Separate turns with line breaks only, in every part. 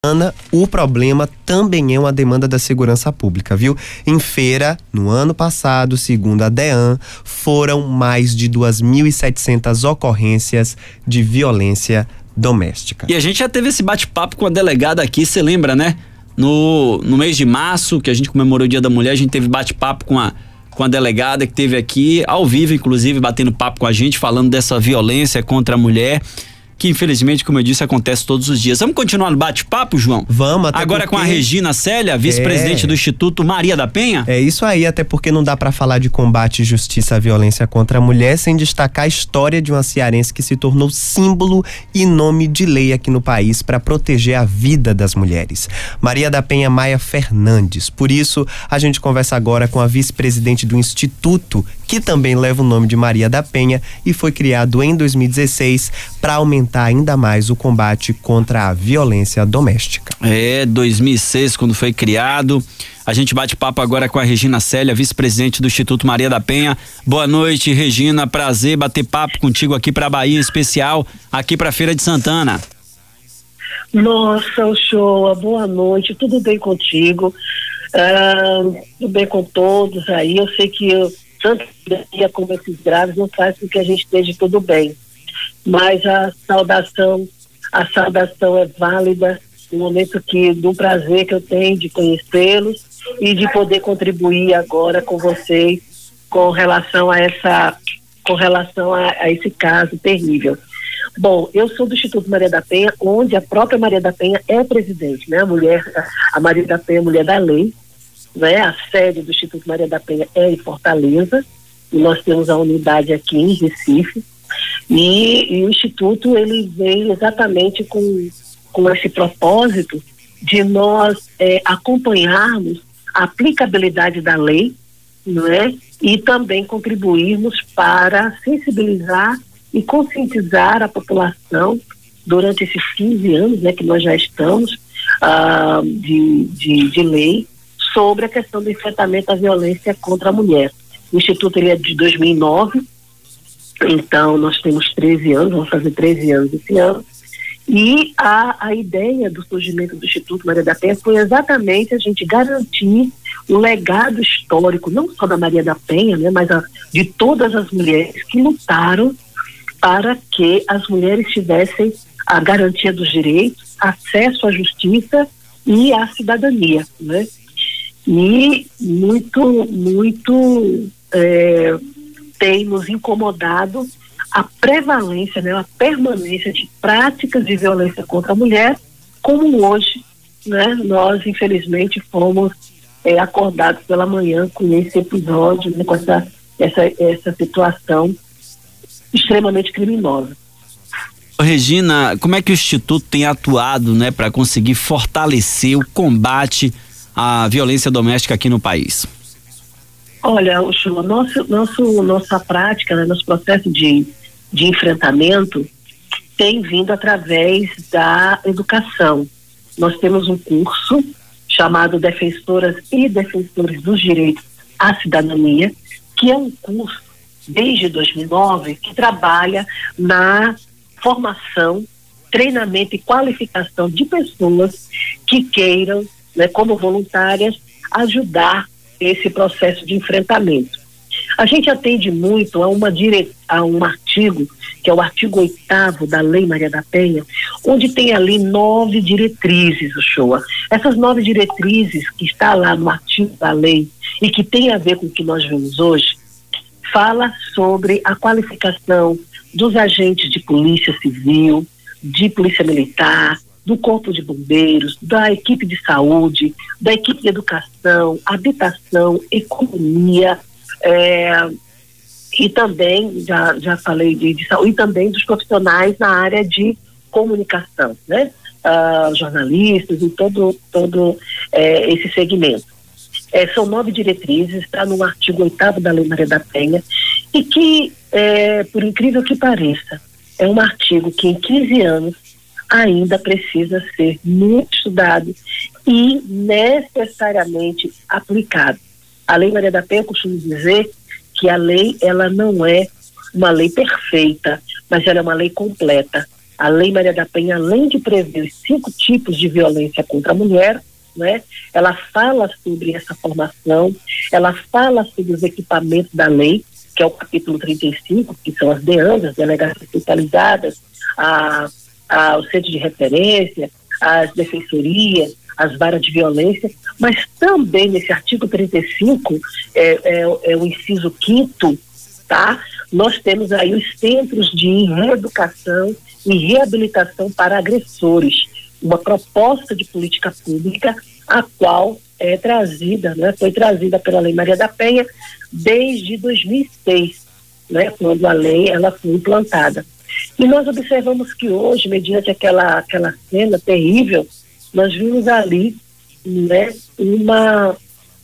Ana, o problema também é uma demanda da segurança pública, viu? Em feira, no ano passado, segundo a DEAN, foram mais de 2.700 ocorrências de violência doméstica.
E a gente já teve esse bate-papo com a delegada aqui, você lembra, né? No mês de março, que a gente comemorou o Dia da Mulher, a gente teve bate-papo com a delegada que teve aqui, ao vivo, inclusive, batendo papo com a gente, falando dessa violência contra a mulher, que infelizmente, como eu disse, acontece todos os dias. Vamos continuar no bate-papo, João?
Vamos, até
agora
porque...
com a Regina Célia, vice-presidente do Instituto Maria da Penha.
É isso aí, até porque não dá pra falar de combate e justiça à violência contra a mulher sem destacar a história de uma cearense que se tornou símbolo e nome de lei aqui no país para proteger a vida das mulheres. Maria da Penha Maia Fernandes. Por isso, a gente conversa agora com a vice-presidente do Instituto, que também leva o nome de Maria da Penha e foi criado em 2016 para aumentar ainda mais o combate contra a violência doméstica.
2006, quando foi criado. A gente bate papo agora com a Regina Célia, vice-presidente do Instituto Maria da Penha. Boa noite, Regina, prazer bater papo contigo aqui para Bahia, em especial aqui para Feira de Santana.
Nossa, Uchoa, boa noite, tudo bem contigo? Tudo bem com todos aí. Eu sei que tanto dia como esses graves não faz com que a gente esteja tudo bem, mas a saudação é válida no momento do prazer que eu tenho de conhecê-los e de poder contribuir agora com vocês com relação a esse caso terrível. Bom, eu sou do Instituto Maria da Penha, onde a própria Maria da Penha é presidente, né? A Maria da Penha é mulher da lei, né? A sede do Instituto Maria da Penha é em Fortaleza, e nós temos a unidade aqui em Recife, e o Instituto ele vem exatamente com esse propósito de nós acompanharmos a aplicabilidade da lei, não é? E também contribuirmos para sensibilizar e conscientizar a população durante esses 15 anos, né, que nós já estamos de lei sobre a questão do enfrentamento à violência contra a mulher. O Instituto ele é de 2009, então nós temos 13 anos, vamos fazer 13 anos esse ano, e a ideia do surgimento do Instituto Maria da Penha foi exatamente a gente garantir o legado histórico, não só da Maria da Penha, né, mas de todas as mulheres que lutaram para que as mulheres tivessem a garantia dos direitos, acesso à justiça e à cidadania, né? E muito tem nos incomodado a prevalência, né, a permanência de práticas de violência contra a mulher, como hoje, né, nós infelizmente fomos acordados pela manhã com esse episódio, né, com essa situação extremamente criminosa.
Regina, como é que o Instituto tem atuado, né, para conseguir fortalecer o combate à violência doméstica aqui no país?
Olha, nossa prática, né, nosso processo de enfrentamento tem vindo através da educação. Nós temos um curso chamado Defensoras e Defensores dos Direitos à Cidadania, que é um curso desde 2009 que trabalha na formação, treinamento e qualificação de pessoas que queiram, né, como voluntárias, ajudar esse processo de enfrentamento. A gente atende muito a um artigo, que é o artigo 8º da Lei Maria da Penha, onde tem ali 9 diretrizes, Uchoa. Essas 9 diretrizes que está lá no artigo da lei e que tem a ver com o que nós vemos hoje, fala sobre a qualificação dos agentes de polícia civil, de polícia militar, do corpo de bombeiros, da equipe de saúde, da equipe de educação, habitação, economia, e também, já falei de saúde, e também dos profissionais na área de comunicação, né? Jornalistas e todo esse segmento. São 9 diretrizes, está no artigo 8º da Lei Maria da Penha, e que, por incrível que pareça, é um artigo que em 15 anos ainda precisa ser muito estudado e necessariamente aplicado. A Lei Maria da Penha, eu costumo dizer que a lei, ela não é uma lei perfeita, mas ela é uma lei completa. A Lei Maria da Penha, além de prever os 5 tipos de violência contra a mulher, né, ela fala sobre essa formação, ela fala sobre os equipamentos da lei, que é o capítulo 35, que são as DEANs, as delegacias especializadas, o centro de referência, as defensorias, as varas de violência, mas também nesse artigo 35, é o inciso 5º, tá? Nós temos aí os centros de reeducação e reabilitação para agressores, uma proposta de política pública a qual é trazida, né, foi trazida pela Lei Maria da Penha desde 2006, né, quando a lei ela foi implantada. E nós observamos que hoje, mediante aquela cena terrível, nós vimos ali, né, uma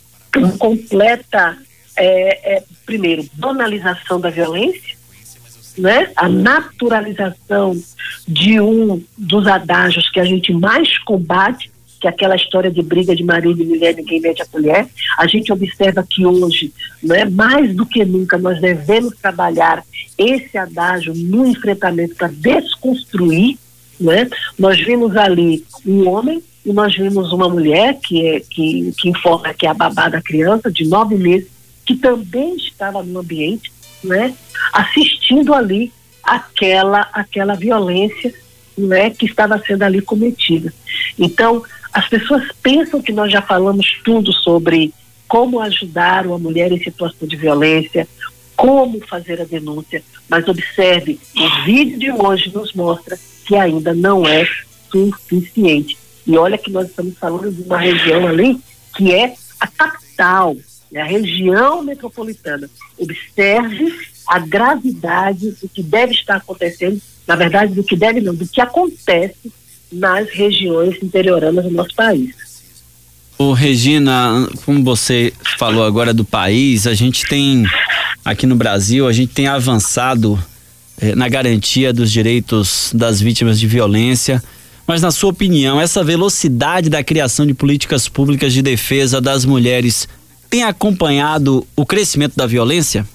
completa, primeiro, banalização da violência, né, a naturalização de um dos adágios que a gente mais combate, que é aquela história de briga de marido e mulher, ninguém mete a colher. A gente observa que hoje, né, mais do que nunca, nós devemos trabalhar esse adágio no enfrentamento para desconstruir, né? Nós vimos ali um homem e nós vimos uma mulher que informa que é a babá da criança de 9 meses, que também estava no ambiente, né, assistindo ali aquela violência, né, que estava sendo ali cometida. Então, as pessoas pensam que nós já falamos tudo sobre como ajudar uma mulher em situação de violência, como fazer a denúncia, mas observe, o vídeo de hoje nos mostra que ainda não é suficiente. E olha que nós estamos falando de uma região ali que é a capital, é a região metropolitana. Observe a gravidade do que deve estar acontecendo, na verdade, do que acontece nas regiões interioranas do nosso país.
Ô Regina, como você falou agora do país, a gente tem, aqui no Brasil, a gente tem avançado na garantia dos direitos das vítimas de violência, mas na sua opinião, essa velocidade da criação de políticas públicas de defesa das mulheres tem acompanhado o crescimento da violência?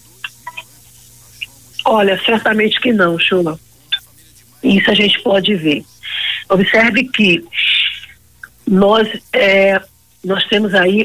Olha, certamente que não, Chula. Isso a gente pode ver. Observe que nós temos aí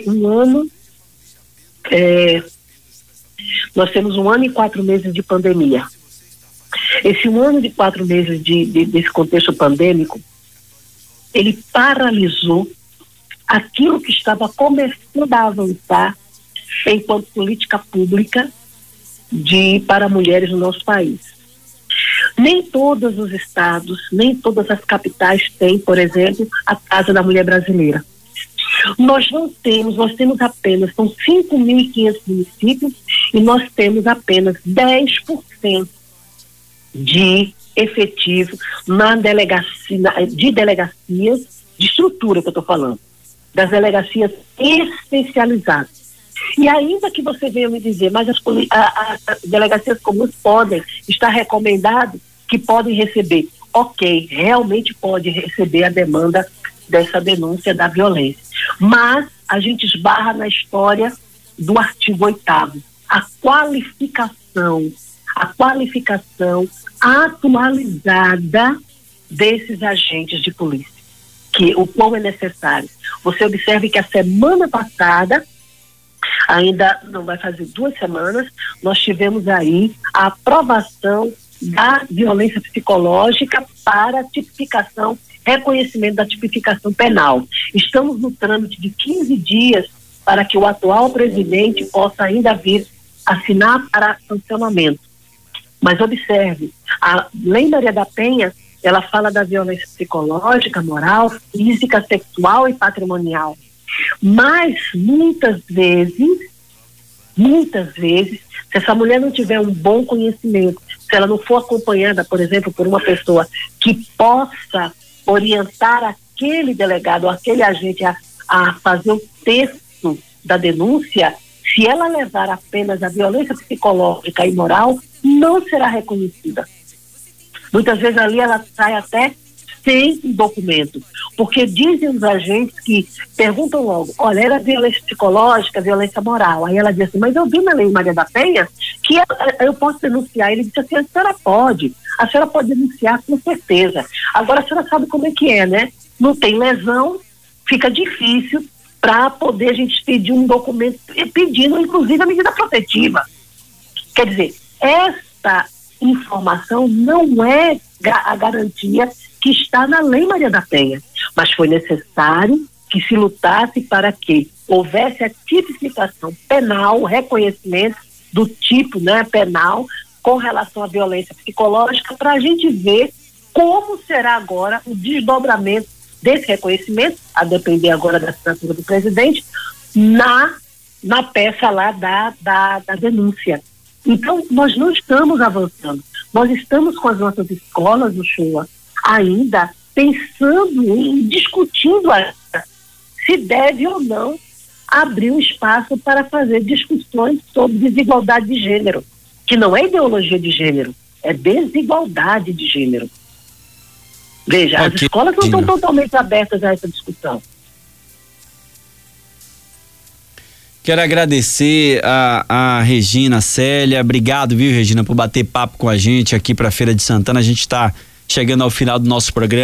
nós temos 1 ano e 4 meses de pandemia. Esse 1 ano e 4 meses desse contexto pandêmico, ele paralisou aquilo que estava começando a avançar enquanto política pública para mulheres no nosso país. Nem todos os estados, nem todas as capitais têm, por exemplo, a Casa da Mulher Brasileira. Nós temos apenas, são 5.500 municípios e nós temos apenas 10% de efetivo de delegacias, de estrutura que eu estou falando, das delegacias especializadas. E ainda que você venha me dizer, mas as delegacias comuns podem estar recomendadas que podem receber. Ok, realmente pode receber a demanda dessa denúncia da violência. Mas a gente esbarra na história do artigo 8º. A qualificação atualizada desses agentes de polícia, o qual é necessário. Você observe que a semana passada, ainda não vai fazer 2 semanas, nós tivemos aí a aprovação da violência psicológica para tipificação, reconhecimento da tipificação penal. Estamos no trâmite de 15 dias para que o atual presidente possa ainda vir assinar para sancionamento. Mas observe, a Lei Maria da Penha, ela fala da violência psicológica, moral, física, sexual e patrimonial. Mas muitas vezes, se essa mulher não tiver um bom conhecimento, se ela não for acompanhada, por exemplo, por uma pessoa que possa orientar aquele delegado ou aquele agente a fazer o texto da denúncia, se ela levar apenas a violência psicológica e moral, não será reconhecida. Muitas vezes ali ela sai até sem documento, porque dizem os agentes que perguntam logo, olha, era violência psicológica, violência moral. Aí ela diz assim, mas eu vi na Lei Maria da Penha que eu posso denunciar. Ele disse assim, a senhora pode. a senhora pode denunciar com certeza. Agora a senhora sabe como é que é, né? Não tem lesão, fica difícil para poder a gente pedir um documento pedindo, inclusive, a medida protetiva. Quer dizer, esta informação não é a garantia que está na Lei Maria da Penha, mas foi necessário que se lutasse para que houvesse a tipificação penal, o reconhecimento do tipo, né, penal com relação à violência psicológica, para a gente ver como será agora o desdobramento desse reconhecimento, a depender agora da assinatura do presidente, na peça lá da denúncia. Então, nós não estamos avançando. Nós estamos com as nossas escolas, no Shoa, ainda pensando e discutindo se deve ou não abrir um espaço para fazer discussões sobre desigualdade de gênero, que não é ideologia de gênero, é desigualdade de gênero. Veja, as escolas não estão totalmente abertas a essa discussão.
Quero agradecer a Regina Célia. Obrigado, viu, Regina, por bater papo com a gente aqui para a Feira de Santana. A gente está chegando ao final do nosso programa.